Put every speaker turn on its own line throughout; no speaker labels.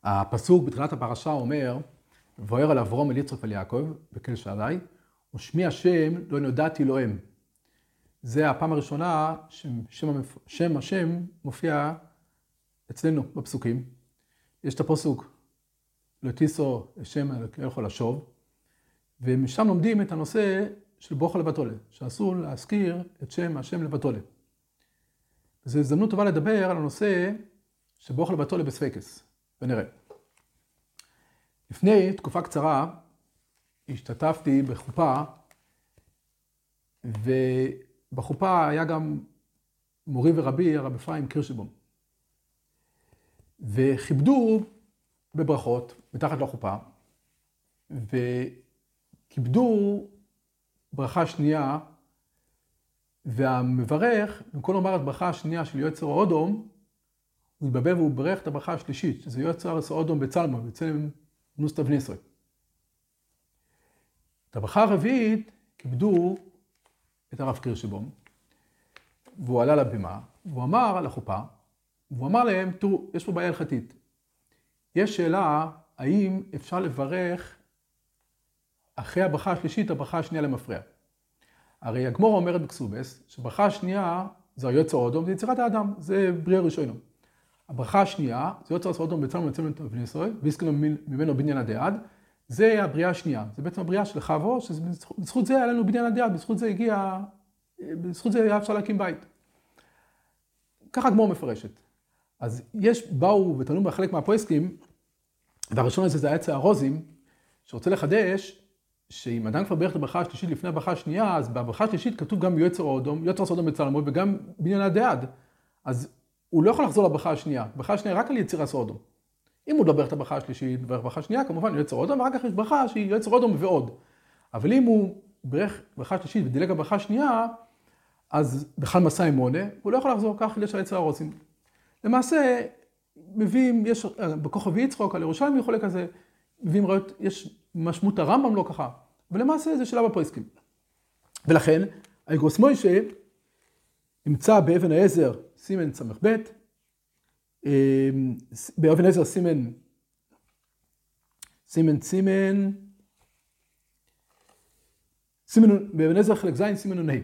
הפסוק בתחילת הפרשה אומר, וירא אל אברום אל יצחק ואל יעקב בקל שערי, ושמי השם לא נודעתי אלוהים. זה הפעם הראשונה ששם השם מופיע אצלנו בפסוקים. יש את הפסוק, לא תישא שם אלוהיך לשוב, ומשם לומדים את הנושא של ברכה לבתולה, שאסור להזכיר את שם השם לבתולה. וזו הזדמנות טובה לדבר על הנושא של ברכה לבתולה בספקס, ונראה. לפני תקופה קצרה השתתפתי בחופה, ובחופה היה גם מורי ורבי, הרב אפרים קירשבאום. וכיבדו בברכות מתחת לחופה, וכיבדו ברכה שנייה, והמברך, במקום לומר את ברכה השנייה של יועצר האודום, הוא התבלבל והוא ברך את הברכה השלישית, שזה יועצר האודום בצלמו, בצלם נוסטה וניסרי. את הברכה הרביעית כיבדו את הרב קירשבאום, והוא עלה לבימה, והוא אמר על החופה, והוא אמר להם, תראו, יש פה בעיה הלכתית. יש שאלה, האם אפשר לברך אחרי הברכה השלישית, הברכה השנייה למפרע. הרי הגמרא אומרת בכסובס, שברכה השנייה זה היוצר האודום, זה יצירת האדם, זה בריאה ראשונה. הברכה השנייה, זה יוצר האודום בצלמו ובני ישראל, והזכינו ממנו בניין עדי עד, זה הבריאה השנייה, זה בעצם הבריאה של חווה, שבזכות זה היה לנו בניין עדי עד, בזכות זה היה אפשר להקים בית. ככה הגמרא מפרשת. אז באו ותנו בחלק מהפוסקים, והראשון הזה זה העץ הארוזים, שרוצה לחדש, שאם אדם כבר ברך את הברכה השלישית לפני הברכה השנייה, אז בברכה השלישית כתוב גם יוצר האודום בצלמו, וגם בניין עדי עד. אז הוא לא יכול לחזור לברכה השנייה. הברכה השנייה רק על יציר האודום. אם הוא לא ברך את הברכה השלישית, ברך ברכה השנייה, כמובן יוצר האודום, ורק כך יש ברכה שהיא יוצר האודום ועוד. אבל אם הוא ברך ברכה השלישית ודילג הברכה השנייה, אז בכלל מסע אמונה, הוא לא יכול לחזור כך יש על יצר הארוזים. למעשה, מביאים, יש בכוכבי יצחוק, על ירושלים חולק כזה, מביאים ראיות, יש משמעות הרמב"ם לא ככה, ולמעשה זה שלב הפוסקים. ולכן, האיגרוס מוישה נמצא באבן העזר סימן סמך ב', באבן העזר באבן העזר חלק זין סימן נ"ה.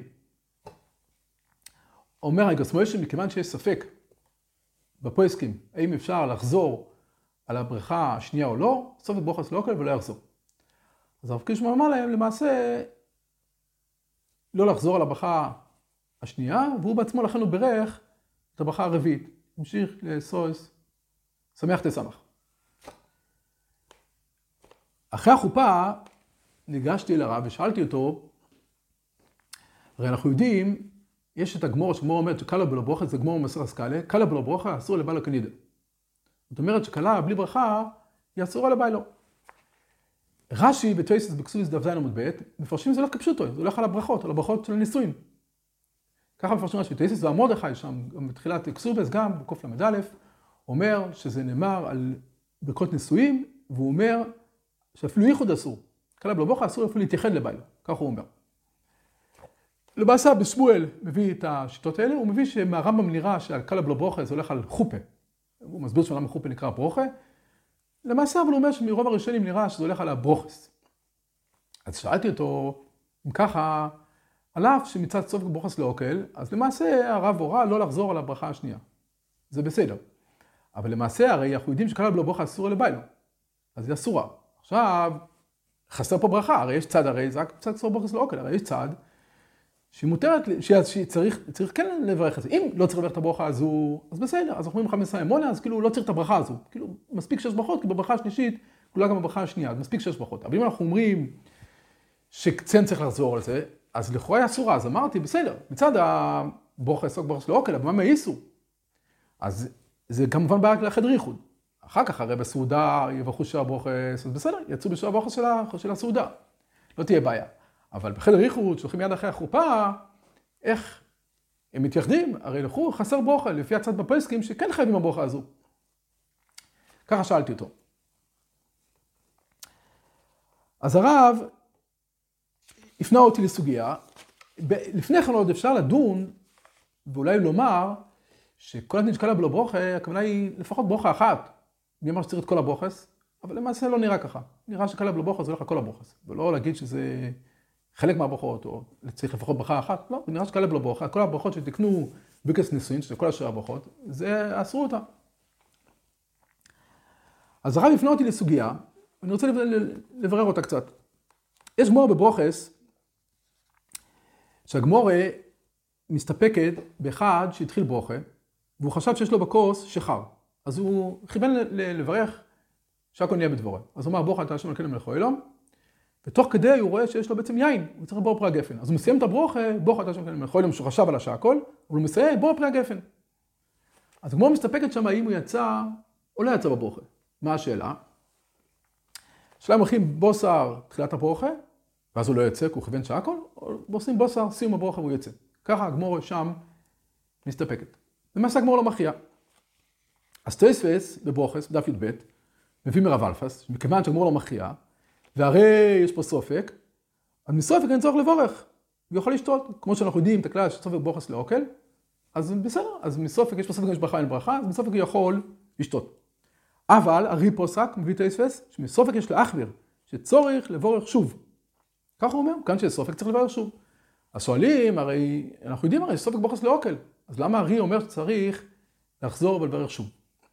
אומר האיגרוס מוישה, מכיוון שיש ספק בפוסקים, האם אפשר לחזור על הברכה השנייה או לא, סוף את ברכה סלוקל ולא יחזור. אז הרב קירשבאום אמר להם, למעשה, לא לחזור על הברכה השנייה, והוא בעצמו לכן הוא ברך את הברכה הרביעית. המשיך לסוס, שמח תשמח. אחרי החופה, ניגשתי לרב ושאלתי אותו, הרי אנחנו יודעים, יש את הגמור שגמור אומרת שקלה בלא ברכה, זה גמור מסר הסקאלה, קלה בלא ברכה אסור לבעל הקנידה. זאת אומרת שקלה בלי ברכה היא אסורה לבעלו. רש"י בטייסס בכסובס דף ז עמוד ב' מפרשים זה לא כפשוטו, זה הולך על הברכות של הנישואין. ככה מפרשים רש"י בטייסס, והמרדכי שם גם בתחילת כסובס גם בקוף ל"א אומר שזה נאמר על ברכות נישואין, והוא אומר שאפילו ייחוד אסור. קלה בלא ברכה אסור אפילו להתייחד לבעלו, כך הוא אומר. למעשה בשמואל מביא את השיטות האלה, הוא מביא שמהרמב"ם נראה שעל קלה בלא ברכה זה הולך על חופה. הוא מסביר שלמה חופה נקרא ברוכה. למעשה, אבל הוא אומר שמרוב הראשונים נראה שזה הולך על הברוכס. אז שאלתי אותו, אם ככה, על אף שמצד סוף ברוכס לאוקל, אז למעשה הרב הורה לא לחזור על הברכה השנייה. זה בסדר. אבל למעשה, הרי אנחנו יודעים שקלה בלא ברכה אסור לבעלו. אז היא אסורה. עכשיו, חסר פה ברכה, הרי יש צד, הרי זה רק מצד סוף ברוכס לאוקל, הרי יש צד, שהיא מותרת, שצריך כן לברך את זה. אם לא צריך לברך את הברכה הזו, אז בסדר. אז אנחנו אומרים 15 אמונה, אז כאילו לא צריך את הברכה הזו. כאילו מספיק 6 ברכות, כי בברכה השלישית, כולה גם בברכה השנייה, אז מספיק 6 ברכות. אבל אם אנחנו אומרים שקצן צריך לחזור על זה, אז לכאורה היא אסורה. אז אמרתי, בסדר, מצד הברכה עסוק ברכה של האוקל, אבל מה מהאיסור? אז זה כמובן בעיה לחדר ייחוד. אחר כך הרי בסעודה יברכו שעה ברכה, אז בסדר, יצאו בשעה ברכה של הסעודה. לא תהיה בעיה. אבל בחדר ייחוד, שהולכים מיד אחרי החופה, איך הם מתייחדים? הרי לכו חסר ברכה, לפי הצד בפוסקים, שכן חייבים הברכה הזו. ככה שאלתי אותו. אז הרב הפנה אותי לסוגיה, לפני כן עוד אפשר לדון, ואולי לומר, שכל הדין שקלה בלא ברכה, הכוונה היא לפחות ברכה אחת. מי אמר שצריך את כל הברוכס? אבל למעשה לא נראה ככה. נראה שקלה בלברוכס זה הולך לכל הברוכס. ולא להגיד שזה חלק מהברכות, או צריך לפחות ברכה אחת. לא, נראה שקלה בלברוכס. כל הברכות שתקנו ביקס נישואין, שזה כל השאר הברכות, זה אסרו אותה. אז הרב הפנה אותי לסוגיה, ואני רוצה לברר אותה קצת. יש גמורה בברוכס, שהגמורה מסתפקת באחד שהתחיל ברוכה, והוא חשב שיש לו בכוס שחר. אז הוא כיוון לברך שהכל נהיה בדבורה. אז הוא אמר, ברוכה אתה השם אלוקינו מלך העולם, ותוך כדי הוא רואה שיש לו בעצם יין, הוא צריך לבור פרי הגפן. אז הוא מסיים את הברוכה, ברוכה אתה השם אלוקינו מלך העולם, שהוא חשב על השעקול, אבל הוא מסיים, בור פרי הגפן. אז הגמורה מסתפקת שם האם הוא יצא או לא יצא בברוכה. מה השאלה? השאלה אם הולכים בוסר תחילת הברוכה, ואז הוא לא יצא, כי הוא כיוון שהכל, או עושים בוסר, סיום הברוכה והוא יצא. ככה הגמורה שם מסתפקת. למעשה הגמורה לא מכריע. אז תוספות בברוכס, בדף י"ב, מביא מרב אלפס, מכיוון שהגמורה לא מכריע, והרי יש פה סופק, אז מסופק אין צורך לבורך, הוא יכול לשתות. כמו שאנחנו יודעים, את הכלל שסופק ברוכס לאוכל, אז בסדר, אז מסופק יש פה סופק, יש ברכה אין ברכה, אז מסופק הוא יכול לשתות. אבל הרי פוסק מביא תוספות, שמסופק יש להחמיר, שצורך לבורך שוב. ככה הוא אומר, כאן שסופק צריך לבורך שוב. אז שואלים, הרי אנחנו יודעים הרי שסופק ברוכס לאוכל, אז למה הרי אומר שצריך לחזור ולברך שוב?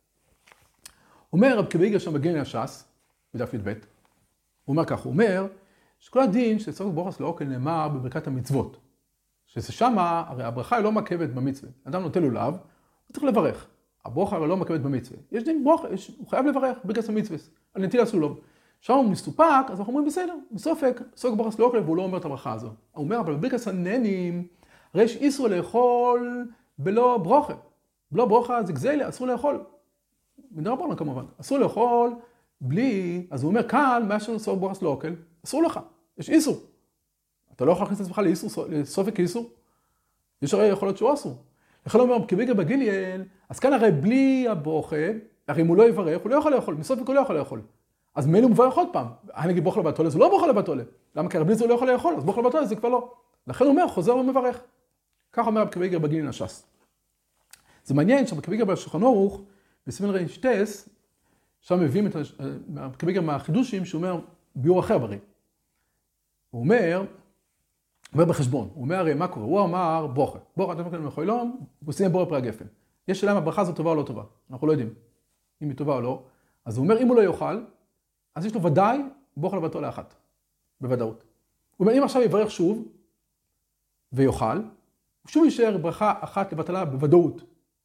אומר רב קביגר שם בגין הש"ס, בדף י"ב, הוא אומר כך, הוא אומר שכל הדין של סופק ברוכס לאוכל נאמר בברכת המצוות, ששם הרי הברכה היא לא מעכבת במצווה. אדם נוטל לולב, הוא צריך לברך. הברכה הרי לא מעכבת במצווה. יש דין ברכה, הוא חייב לברך ברכת המצווה, על נטילת לולב. שם הוא מסופק, אז אנחנו אומרים בסדר, מסופק, סופק ברוכס לאוכל, והוא לא אומר את הברכה הזו. הוא אומר, אבל בברכת הננים, הרי יש איסור לאכול בלא ברוכה. בלא ברוכה זה גזלה, אסור לאכול. מדרבנן כמובן. אסור לאכול בלי, אז הוא אומר כאן, מה שסופק ברוכס לאוכל, אסור לך, יש איסור. אתה לא יכול להכניס את עצמך לסופק איסור. יש הרי יכול להיות שהוא אסור. לכן הוא אומר, כביגר בגיליאל, אז כאן הרי בלי הברוכה, הרי אם הוא לא יברך, הוא לא יכול לאכול, מסופק הוא לא יכול לאכול. אז מילא הוא מברך עוד פעם. אני אגיד ברוכה לבתולה, זה לא ברוכה לבתולה. למה? כי בלי זה הוא לא יכול לאכול, אז ברוכה לבתולה זה כבר לא. לכן הוא אומר, חוזר ומברך. כך אומר רב קביגר בגיליאל הש"ס. זה מעניין שרב קביגר בשולחן ערוך, בסימן ר"ט, שם מביאים את רב קביגר מהחידושים, שהוא אומר ביור אחר ברי. הוא אומר בחשבון, הוא אומר הרי מה קורה? הוא אמר ברוכה. ברוכה אתם מכירים לחוילום, הוא סיים בורא פרי הגפן. יש שאלה אם הברכה הזו טובה או לא טובה. אנחנו לא יודעים אם היא טובה או לא. אז הוא אומר אם הוא לא יאכל, אז יש לו ודאי ברוכה לבתולה אחת. בוודאות. הוא אומר אם עכשיו יברך שוב ויאכל, הוא שוב יישאר ברכה אחת לבתולה בוודאות.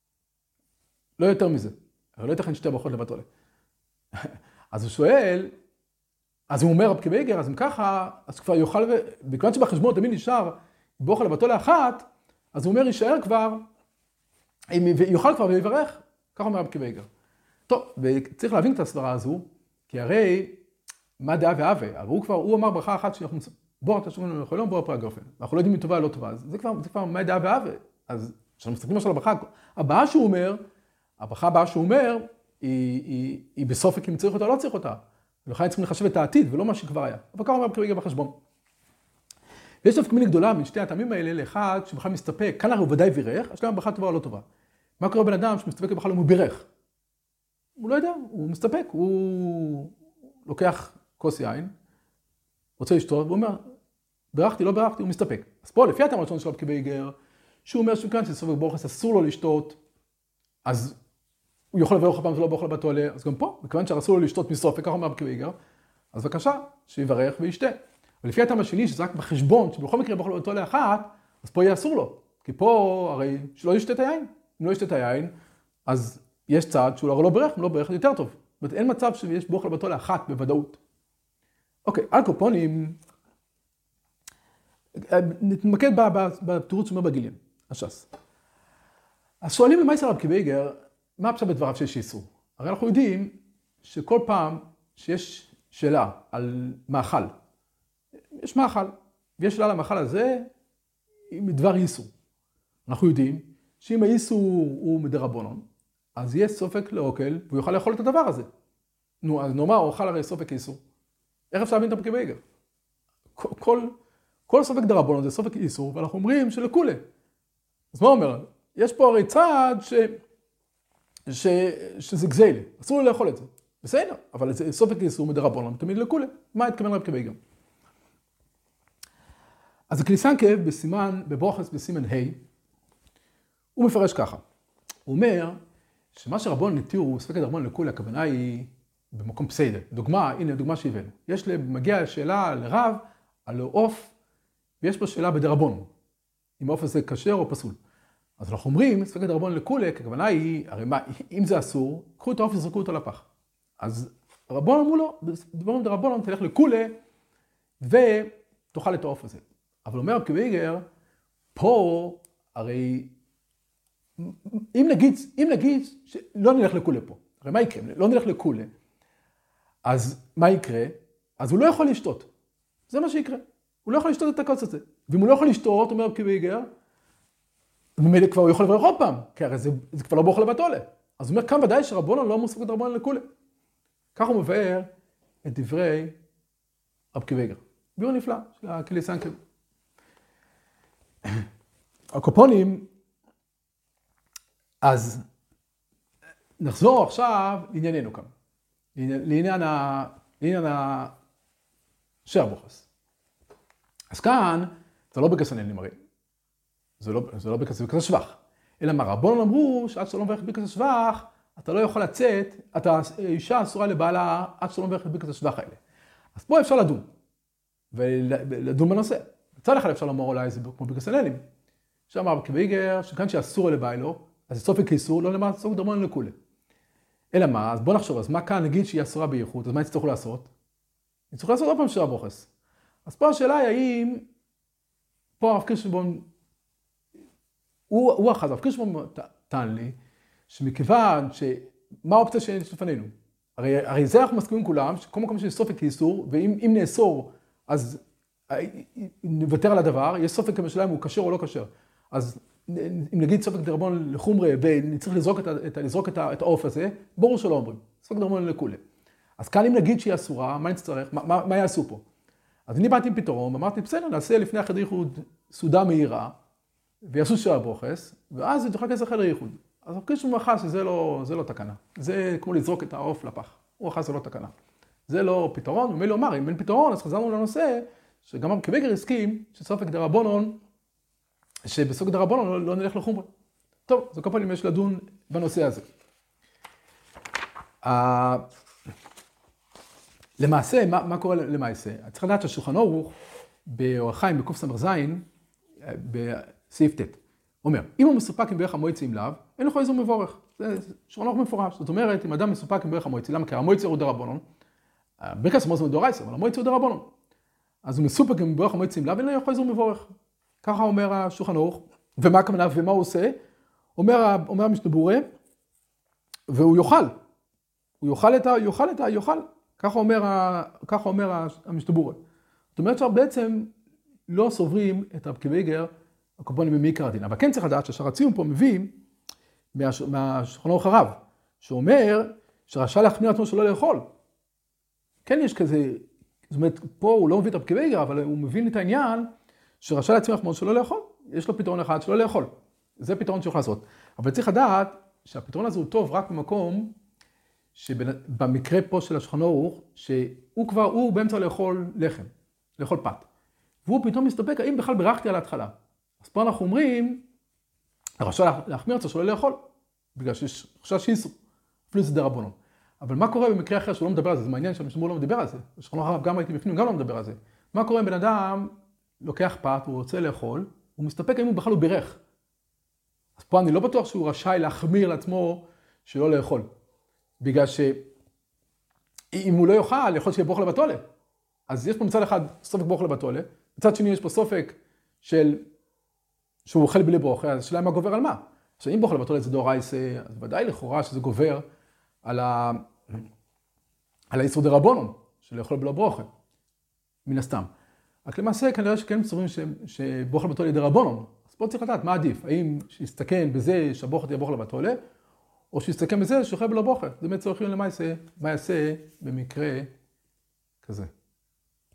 לא יותר מזה. אבל לא ייתכן שתי ברכות לבתולה. אז הוא שואל, אז הוא אומר רב קביגר, אז אם ככה, אז כבר יאכל, וכיוון שבחשבון תמיד נשאר ברוכה לבתולה אחת, אז הוא אומר יישאר כבר, יאכל כבר ויברך. ככה אומר רב קביגר. טוב, וצריך להבין את הסברה הזו, כי הרי מה דעה והווה? הרי הוא אמר ברכה אחת שאנחנו בור אתה שומעים לחולום, בור פרי הגפן. אנחנו לא יודעים אם טובה או לא טובה, אז זה כבר מה דעה והווה. אז כשאנחנו מסתכלים עכשיו על הברכה, הברכה הבאה שהוא אומר, היא בסופק אם צריך אותה או לא צריך אותה. ולכן צריכים לחשב את העתיד ולא מה שכבר היה. אבל ככה אומר רב קביגר בחשבון. ויש נפקא מינה גדולה בין שתי הטעמים האלה לאחד שבכלל מסתפק, כאן הרי הוא ודאי בירך, השאלה אם ברכה טובה או לא טובה. מה קורה בן אדם שמסתפק בכלל אם הוא בירך? הוא לא יודע, הוא מסתפק, הוא לוקח כוס יין, רוצה לשתות, והוא אומר, בירכתי, לא בירכתי, הוא מסתפק. אז פה, לפי הטעם הראשון של רב קביגר, שהוא אומר שכאן שסופק ברוכס אסור לו לשתות, אז הוא יכול לברך הפעם ולא ברוכה לבתולה, אז גם פה, מכיוון שאסור לו לשתות מסופק, ככה אומר רב קביגר, אז בבקשה, שיברך וישתה. ולפי הטעם השני, שזה רק בחשבון, שבכל מקרה ברוכה לבתולה אחת, אז פה יהיה אסור לו. כי פה, הרי, שלא ישתה את היין. אם לא ישתה את היין, אז יש צד שהוא הרי לא ברך, אם לא ברך, זה יותר טוב. זאת אומרת, אין מצב שיש ברוכה לבתולה אחת בוודאות. אוקיי, על קופונים, נתמקד בתירוץ שאומר בגיליון, הש"ס. אז שואלים למה יצא רב קביגר, מה הפשט בדבריו שיש איסור? הרי אנחנו יודעים שכל פעם שיש שאלה על מאכל, יש מאכל, ויש שאלה על המאכל הזה, מדבר איסור. אנחנו יודעים שאם האיסור הוא מדרבנן, אז יש סופק לאוכל, והוא יוכל לאכול את הדבר הזה. נו, אז נאמר, הוא אוכל הרי סופק איסור. איך אפשר להבין את רב קביגר? כל סופק דרבנן זה סופק איסור, ואנחנו אומרים שלכולה. אז מה אומר? יש פה הרי צד שזה גזלה, אסור לו לאכול את זה. בסדר, אבל זה סופק איסור מדרבנן, תמיד לכולי. מה התכוון רב קוויגר? אז הקליסנקב בברוכס בסימן ה' הוא מפרש ככה. הוא אומר שמה שרבון נתירו ספק דרבנן לכולי, הכוונה היא במקום פסיידר. דוגמה, הנה דוגמה שהבאנו. מגיעה שאלה לרב על עוף, ויש פה שאלה בדרבנן. אם העוף הזה כשר או פסול. אז אנחנו אומרים, ספק דרבנן לכולי, הכוונה היא, הרי מה, אם זה אסור, קחו את העוף וזרקו אותו לפח. אז רבון אמרו לו, דברים דרבנן, תלך לכולי, ותאכל את העוף הזה. אבל אומר רב קוויגר, פה, הרי, אם נגיד שלא נלך לכולי פה, הרי מה יקרה? לא נלך לכולי, אז מה יקרה? אז הוא לא יכול לשתות. זה מה שיקרה. הוא לא יכול לשתות את הכוס הזה. ואם הוא לא יכול לשתות, אומר רב קוויגר, ממילא כבר הוא יכול לברך עוד פעם, כי הרי זה כבר לא באוכל לבטולה. אז הוא אומר, כאן ודאי שרבונן לא מוספק דרבנן לכולי. כך הוא מבאר את דברי רב קוויגר. ביאור נפלא של הקליסנקב. הקופונים, אז נחזור עכשיו לענייננו כאן. לעניין השער-בוכס. אז כאן, זה לא ברכס הנהנים הרי. זה לא ברכס השבח. אלא מה, רבונן אמרו שעד שאתה לא מברך ברכס השבח, אתה לא יכול לצאת, אישה אסורה לבעלה עד שאתה לא מברך ברכס השבח האלה. אז פה אפשר לדון. ולדון בנושא. מצד אחד אפשר לומר אולי זה כמו ברכס הנהנים. שאמר רב קוויגר, שכאן שאסור לבעלו, אז זה סופק איסור, לא למעט סופק דרבנן לכולי. אלא מה? אז בוא נחשוב, אז מה כאן נגיד שהיא אסורה בייחוד, אז מה יצטרכו לעשות? יצטרכו לעשות עוד פעם שער-בוכס. אז פה השאלה היא האם, פה הרב קירשנבאום, הוא אחד, הרב קירשנבאום טען לי, שמכיוון מה האופציה שיש לפנינו? הרי זה אנחנו מסכימים כולם, שכל מקום שיש סופק איסור, ואם נאסור, אז נוותר על הדבר, יש סופק השאלה אם הוא כשר או לא כשר. אז אם נגיד סופק דרבנן לחומרה, ונצטרך לזרוק את העוף הזה, ברור שלא אומרים. סופק דרבנן לכולי. אז כאן אם נגיד שהיא אסורה, מה נצטרך? מה יעשו פה? אז אני באתי עם פתרון, אמרתי, בסדר, נעשה לפני החדר ייחוד סעודה מהירה, ויעשו שער-בוכס, ואז זה תוכל כסף חדר ייחוד. אז הרב הוא אחר שזה לא תקנה. זה כמו לזרוק את העוף לפח. הוא אחר זה לא תקנה. זה לא פתרון, ומילא אומר, אם אין פתרון, אז חזרנו לנושא, שגם רב קוויגר הסכים שסופק דרבנן, שבסופק דרבנן לא נלך לחומרה. טוב, זה כל פעם יש לדון בנושא הזה. למעשה, מה קורה למעשה? צריך לדעת שהשולחן ערוך, באורח חיים בקוף ס"ז, בסעיף ט', אומר, אם הוא מסופק עם ברך המועצה עם לאו, אין לך איזו מבורך. זה שולחן ערוך מפורש. זאת אומרת, אם אדם מסופק עם ברך המועצה, למה? כי המועצה הוא דרבנן, ברכס המועצה הוא דאורייתא, אבל המועצה הוא דרבנן. אז הוא מסופק עם ברך המועצה עם לאו, אין לך איזו מבורך. ככה אומר השולחן ערוך, ומה הכוונה ומה הוא עושה? אומר המשנה ברורה, והוא יאכל. הוא יאכל. ככה אומר המשנה ברורה. זאת אומרת שבעצם לא סוברים את רב קוויגר, הקופונים מעיקר הדין. אבל כן צריך לדעת שהשער הציון פה מביא מהשולחן ערוך הרב, שאומר שרשאי להחמיר עצמו שלא לאכול. כן יש כזה, זאת אומרת, פה הוא לא מביא את רב קוויגר, אבל הוא מבין את העניין, שרשאי להצמיח עצמו שלא לאכול. יש לו פתרון אחד שלא לאכול. זה פתרון שיוכל לעשות. אבל צריך לדעת שהפתרון הזה הוא טוב רק במקום, שבמקרה פה של השולחן ערוך, שהוא באמצע לאכול לחם, לאכול פת. והוא פתאום מסתפק, האם בכלל ברכתי על ההתחלה. אז פה אנחנו אומרים, רשאי להחמיר עצמו שלא לאכול, בגלל שיש חשש שאיסור, אפילו זה דרבנן. אבל מה קורה במקרה אחר שהוא לא מדבר על זה? זה מעניין שהמשנה ברורה לא מדבר על זה. השולחן ערוך גם הייתי בפנים, גם לא מדבר על זה. מה קורה אם בן אדם לוקח פת, הוא רוצה לאכול, הוא מסתפק האם הוא בכלל הוא בירך. אז פה אני לא בטוח שהוא רשאי להחמיר לעצמו שלא לאכול. בגלל שאם הוא לא יאכל, יכול שיהיה באוכל לבטולה. אז יש פה מצד אחד סופק באוכל לבטולה, מצד שני יש פה סופק שהוא אוכל בלי באוכל, אז השאלה מה גובר על מה? עכשיו אם באוכל לבטולה זה דאורייתא, אז ודאי לכאורה שזה גובר על האיסור דרבנן, של לאכול בלא באוכל, מן הסתם. רק למעשה כנראה שכן סוברים שבאוכל לבטולה דרבנן. אז פה צריך לדעת מה עדיף, האם שיסתכן בזה שהבאוכל תהיה באוכל לבטולה, או שיסתכם בזה שאוכל בלא באוכל. זה באמת צורכים למעשה, מה יעשה במקרה כזה.